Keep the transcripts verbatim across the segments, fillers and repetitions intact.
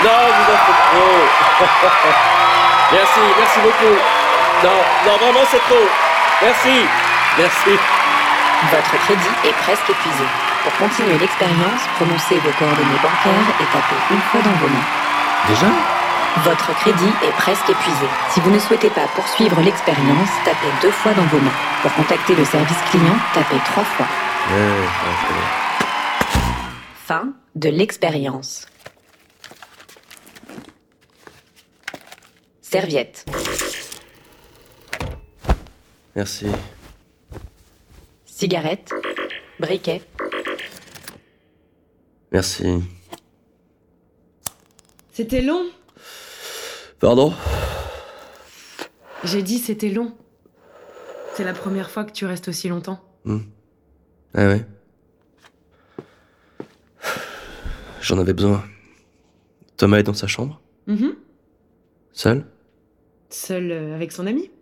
Non, vous en faites trop. Merci, merci beaucoup. Non, non, vraiment, c'est trop. Merci, merci. Votre crédit est presque épuisé. Pour continuer l'expérience, prononcez vos coordonnées bancaires et tapez une fois dans vos mains. Déjà ? Votre crédit est presque épuisé. Si vous ne souhaitez pas poursuivre l'expérience, tapez deux fois dans vos mains. Pour contacter le service client, tapez trois fois. Ouais, ouais, c'est bon. Fin de l'expérience. Serviette. Merci. Cigarette. Briquet. Merci. C'était long. Pardon ? J'ai dit c'était long. C'est la première fois que tu restes aussi longtemps. Mmh. Ah ouais. J'en avais besoin. Thomas est dans sa chambre ? Mm-hmm. Seul ? Seul euh, avec son ami.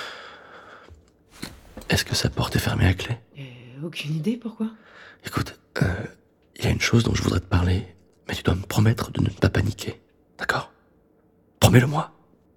Est-ce que sa porte est fermée à clé ? euh, Aucune idée, pourquoi ? Écoute, il euh, y a une chose dont je voudrais te parler, mais tu dois me promettre de ne pas paniquer. D'accord ? Promets-le-moi.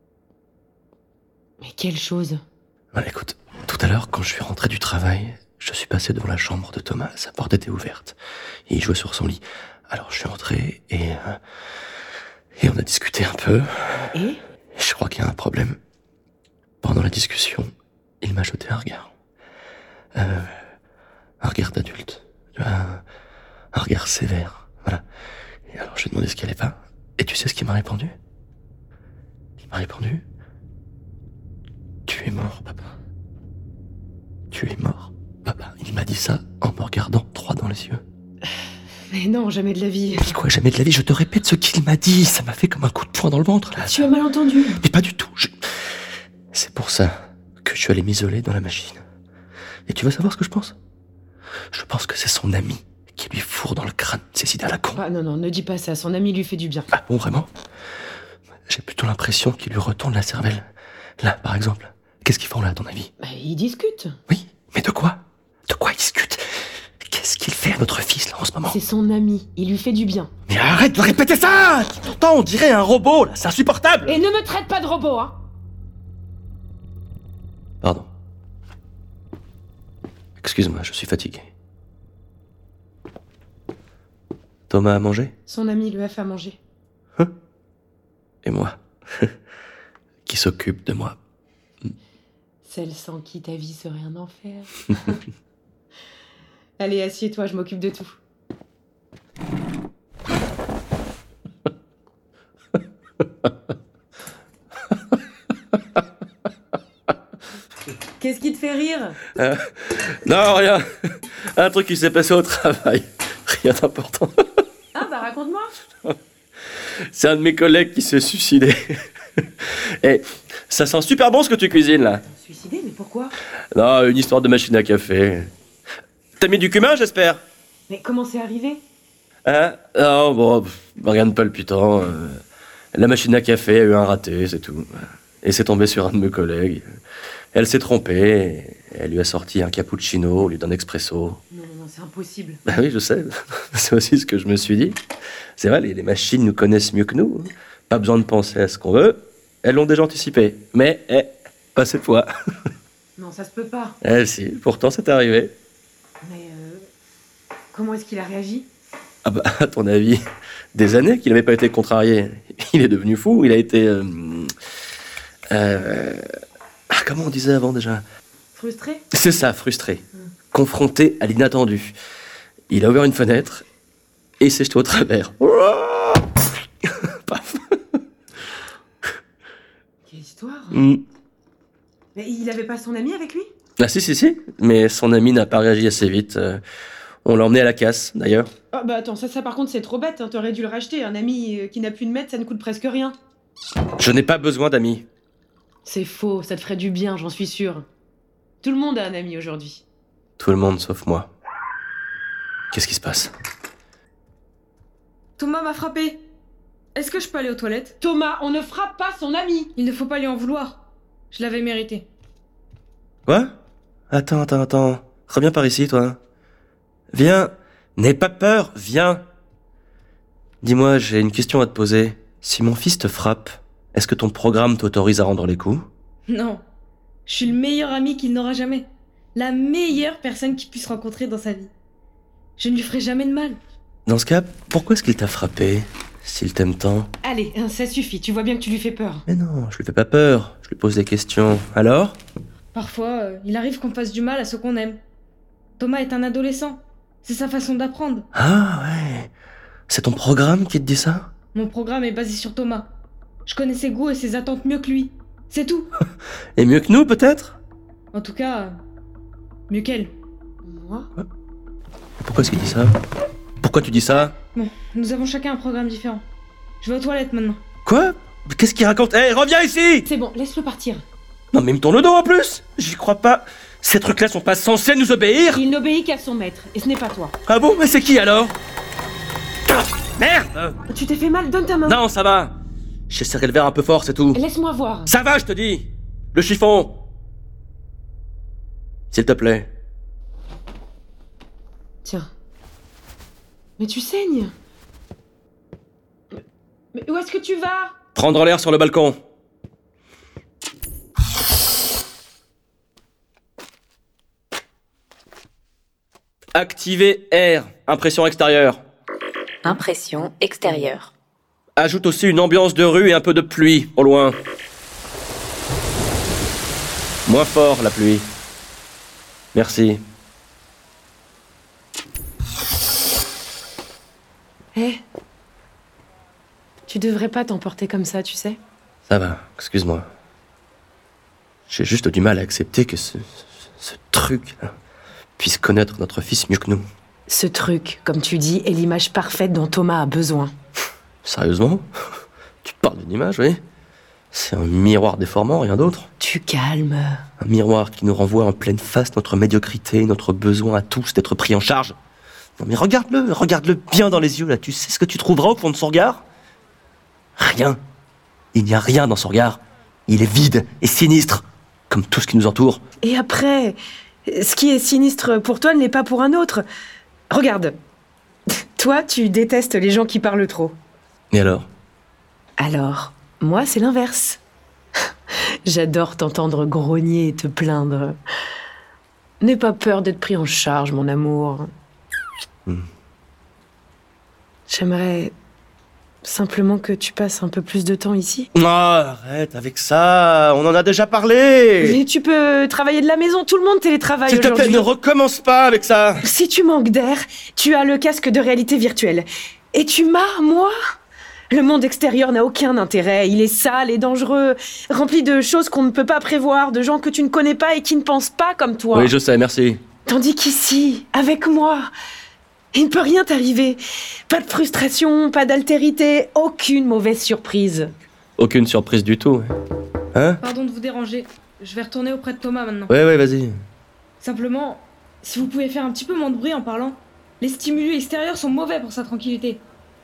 Mais quelle chose ? Voilà, écoute, tout à l'heure, quand je suis rentré du travail, je suis passé devant la chambre de Thomas. Sa porte était ouverte. Et il jouait sur son lit. Alors, je suis entré et... Euh, et on a discuté un peu. Et ? Je crois qu'il y a un problème. Pendant la discussion, il m'a jeté un regard. Euh, un regard d'adulte. Tu vois, un, un regard sévère. Voilà. Et alors, je lui ai demandé ce qui allait pas. Et tu sais ce qu'il m'a répondu ? Il m'a répondu... Tu es mort, papa. Tu es mort, papa. Il m'a dit ça en me regardant droit dans les yeux. Mais non, jamais de la vie. Mais quoi, jamais de la vie, je te répète ce qu'il m'a dit. Ça m'a fait comme un coup de poing dans le ventre, là. Tu as mal entendu. Mais pas du tout. Je... C'est pour ça que je suis allé m'isoler dans la machine. Et tu vas savoir ce que je pense ? Je pense que c'est son ami qui lui fourre dans le crâne ces idées à la con. Ah non, non, ne dis pas ça. Son ami lui fait du bien. Ah bon, vraiment ? J'ai plutôt l'impression qu'il lui retourne la cervelle. Là, par exemple. Qu'est-ce qu'ils font là, à ton avis ? Bah, ils discutent. Oui, mais de quoi ? De quoi ils discutent ? Qu'est-ce qu'il fait à notre fils, là, en ce moment ? C'est son ami. Il lui fait du bien. Mais arrête de répéter ça ! Pourtant, on dirait un robot, là, c'est insupportable ! Et ne me traite pas de robot, hein ! Pardon. Excuse-moi, je suis fatigué. Thomas a mangé ? Son ami lui a fait à manger. Hein ? Et moi ? Qui s'occupe de moi ? Celle sans qui ta vie serait un enfer. Allez, assieds-toi, je m'occupe de tout. Qu'est-ce qui te fait rire ? euh, Non, rien. Un truc qui s'est passé au travail. Rien d'important. Ah bah raconte-moi. C'est un de mes collègues qui s'est suicidé. Et ça sent super bon ce que tu cuisines là. Suicidé, mais pourquoi ? Non, une histoire de machine à café. T'as mis du cumin, j'espère ? Mais comment c'est arrivé ? Hein ? Non, bon, pff, rien de palpitant. Euh, la machine à café a eu un raté, c'est tout. Et c'est tombé sur un de mes collègues. Elle s'est trompée. Elle lui a sorti un cappuccino au lieu d'un expresso. Non, non, non, c'est impossible. Bah oui, je sais. C'est aussi ce que je me suis dit. C'est vrai, les, les machines nous connaissent mieux que nous. Pas besoin de penser à ce qu'on veut. Elles l'ont déjà anticipé. Mais, eh, pas cette fois. Non, ça se peut pas. Eh si, pourtant c'est arrivé. Mais euh, comment est-ce qu'il a réagi ? Ah bah, à ton avis, des années qu'il n'avait pas été contrarié. Il est devenu fou, il a été... Euh, euh, ah, comment on disait avant déjà ? Frustré ? C'est ça, frustré. Mmh. Confronté à l'inattendu. Il a ouvert une fenêtre et il s'est jeté au travers. Paf. Quelle histoire ? Mm. Mais il avait pas son ami avec lui ? Ah si, si, si. Mais son ami n'a pas réagi assez vite. Euh, on l'a emmené à la casse, d'ailleurs. Ah bah attends, ça, ça par contre c'est trop bête, hein. T'aurais dû le racheter. Un ami euh, qui n'a plus de mètre, ça ne coûte presque rien. Je n'ai pas besoin d'amis. C'est faux, ça te ferait du bien, j'en suis sûre. Tout le monde a un ami aujourd'hui. Tout le monde sauf moi. Qu'est-ce qui se passe ? Thomas m'a frappé. Est-ce que je peux aller aux toilettes ? Thomas, on ne frappe pas son ami ! Il ne faut pas lui en vouloir. Je l'avais mérité. Quoi ? Attends, attends, attends. Reviens par ici, toi. Viens. N'aie pas peur, viens. Dis-moi, j'ai une question à te poser. Si mon fils te frappe, est-ce que ton programme t'autorise à rendre les coups? Non. Je suis le meilleur ami qu'il n'aura jamais. La meilleure personne qu'il puisse rencontrer dans sa vie. Je ne lui ferai jamais de mal. Dans ce cas, pourquoi est-ce qu'il t'a frappé, s'il t'aime tant? Allez, hein, ça suffit, tu vois bien que tu lui fais peur. Mais non, je lui fais pas peur, je lui pose des questions. Alors? Parfois, euh, il arrive qu'on fasse du mal à ceux qu'on aime. Thomas est un adolescent. C'est sa façon d'apprendre. Ah ouais, c'est ton programme qui te dit ça? Mon programme est basé sur Thomas. Je connais ses goûts et ses attentes mieux que lui. C'est tout. Et mieux que nous, peut-être? En tout cas, euh, mieux qu'elle. Moi? Pourquoi est-ce qu'il dit ça? Pourquoi tu dis ça? Bon, nous avons chacun un programme différent. Je vais aux toilettes maintenant. Quoi? Qu'est-ce qu'il raconte? Hé, hey, reviens ici! C'est bon, laisse-le partir. Non mais il me tourne le dos en plus! J'y crois pas. Ces trucs-là sont pas censés nous obéir! Il n'obéit qu'à son maître, et ce n'est pas toi. Ah bon? Mais c'est qui alors? Ah, merde! Tu t'es fait mal, donne ta main. Non, ça va. J'ai serré le verre un peu fort, c'est tout. Laisse-moi voir. Ça va, je te dis! Le chiffon! S'il te plaît. Tiens. Mais tu saignes. Mais où est-ce que tu vas? Prendre l'air sur le balcon. Activer R, impression extérieure. Impression extérieure. Ajoute aussi une ambiance de rue et un peu de pluie, au loin. Moins fort, la pluie. Merci. Hé hey. Tu devrais pas t'emporter comme ça, tu sais. Ça va, excuse-moi. J'ai juste du mal à accepter que ce, ce, ce truc-là puisse connaître notre fils mieux que nous. Ce truc, comme tu dis, est l'image parfaite dont Thomas a besoin. Sérieusement? Tu parles d'une image, oui? C'est un miroir déformant, rien d'autre. Tu calmes. Un miroir qui nous renvoie en pleine face notre médiocrité, notre besoin à tous d'être pris en charge. Non mais regarde-le, regarde-le bien dans les yeux, là. Tu sais ce que tu trouveras au fond de son regard? Rien. Il n'y a rien dans son regard. Il est vide et sinistre, comme tout ce qui nous entoure. Et après, ce qui est sinistre pour toi ne l'est pas pour un autre. Regarde. Toi, tu détestes les gens qui parlent trop. Et alors? Alors, moi, c'est l'inverse. J'adore t'entendre grogner et te plaindre. N'aie pas peur d'être pris en charge, mon amour. Hmm. J'aimerais simplement que tu passes un peu plus de temps ici. Oh, arrête avec ça, on en a déjà parlé. Mais tu peux travailler de la maison, tout le monde télétravaille S'il te aujourd'hui. plaît, ne recommence pas avec ça. Si tu manques d'air, tu as le casque de réalité virtuelle. Et tu m'as, moi? Le monde extérieur n'a aucun intérêt, il est sale et dangereux, rempli de choses qu'on ne peut pas prévoir, de gens que tu ne connais pas et qui ne pensent pas comme toi. Oui, je sais, merci. Tandis qu'ici, avec moi, il ne peut rien t'arriver. Pas de frustration, pas d'altérité, aucune mauvaise surprise. Aucune surprise du tout. Hein? Pardon de vous déranger. Je vais retourner auprès de Thomas maintenant. Ouais, ouais, vas-y. Simplement, si vous pouvez faire un petit peu moins de bruit en parlant. Les stimuli extérieurs sont mauvais pour sa tranquillité.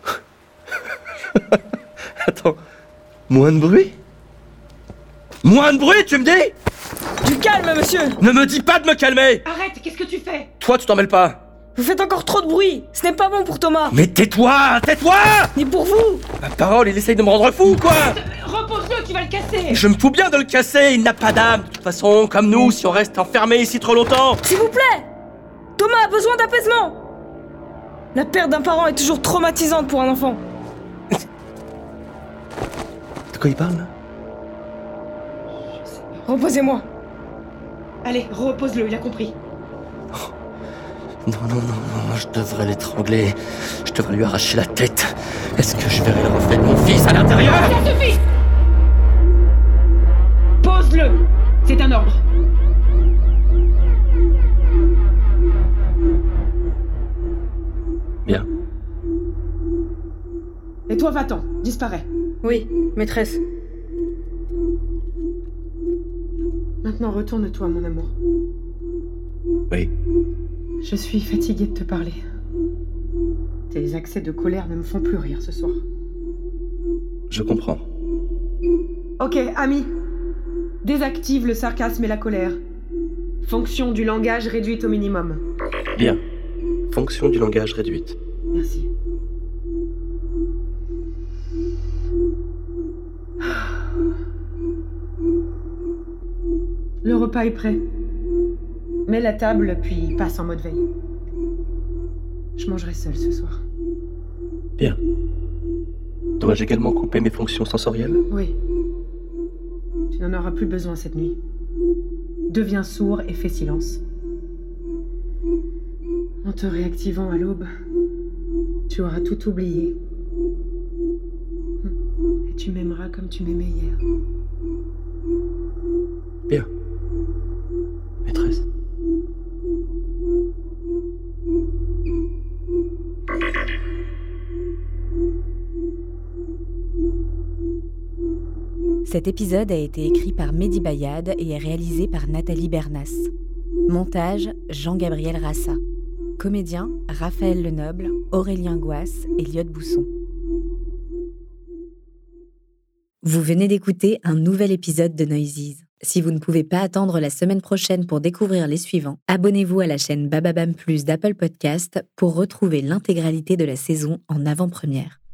Attends, moins de bruit? Moins de bruit, tu me dis? Du calme, monsieur! Ne me dis pas de me calmer! Arrête, qu'est-ce que tu fais? Toi, tu t'en mêles pas. Vous faites encore trop de bruit! Ce n'est pas bon pour Thomas! Mais tais-toi, tais-toi! Ni pour vous! Ma parole, il essaye de me rendre fou, quoi! Repose-le, tu vas le casser! Je me fous bien de le casser, il n'a pas d'âme. De toute façon, comme nous, si on reste enfermé ici trop longtemps. S'il vous plaît! Thomas a besoin d'apaisement! La perte d'un parent est toujours traumatisante pour un enfant. De quoi il parle, là? Reposez-moi. Allez, repose-le, il a compris. Non, non, non, non, je devrais l'étrangler. Je devrais lui arracher la tête. Est-ce que je verrai le reflet de mon fils à l'intérieur? Ça suffit! Pose-le! C'est un ordre. Bien. Et toi, va-t'en, disparais. Oui, maîtresse. Maintenant, retourne-toi, mon amour. Oui. Je suis fatiguée de te parler. Tes accès de colère ne me font plus rire ce soir. Je comprends. Ok, ami. Désactive le sarcasme et la colère. Fonction du langage réduite au minimum. Bien. Fonction du langage réduite. Merci. Le repas est prêt. Mets la table, puis passe en mode veille. Je mangerai seule ce soir. Bien. Dois-je également couper mes fonctions sensorielles ? Oui. Tu n'en auras plus besoin cette nuit. Deviens sourd et fais silence. En te réactivant à l'aube, tu auras tout oublié. Et tu m'aimeras comme tu m'aimais hier. Bien. Maîtresse. Cet épisode a été écrit par Mehdi Bayad et est réalisé par Nathalie Bernas. Montage, Jean-Gabriel Rassa. Comédiens, Raphaël Lenoble, Aurélien Gouas, Elliot Bousson. Vous venez d'écouter un nouvel épisode de Noises. Si vous ne pouvez pas attendre la semaine prochaine pour découvrir les suivants, abonnez-vous à la chaîne Bababam Plus d'Apple Podcast pour retrouver l'intégralité de la saison en avant-première.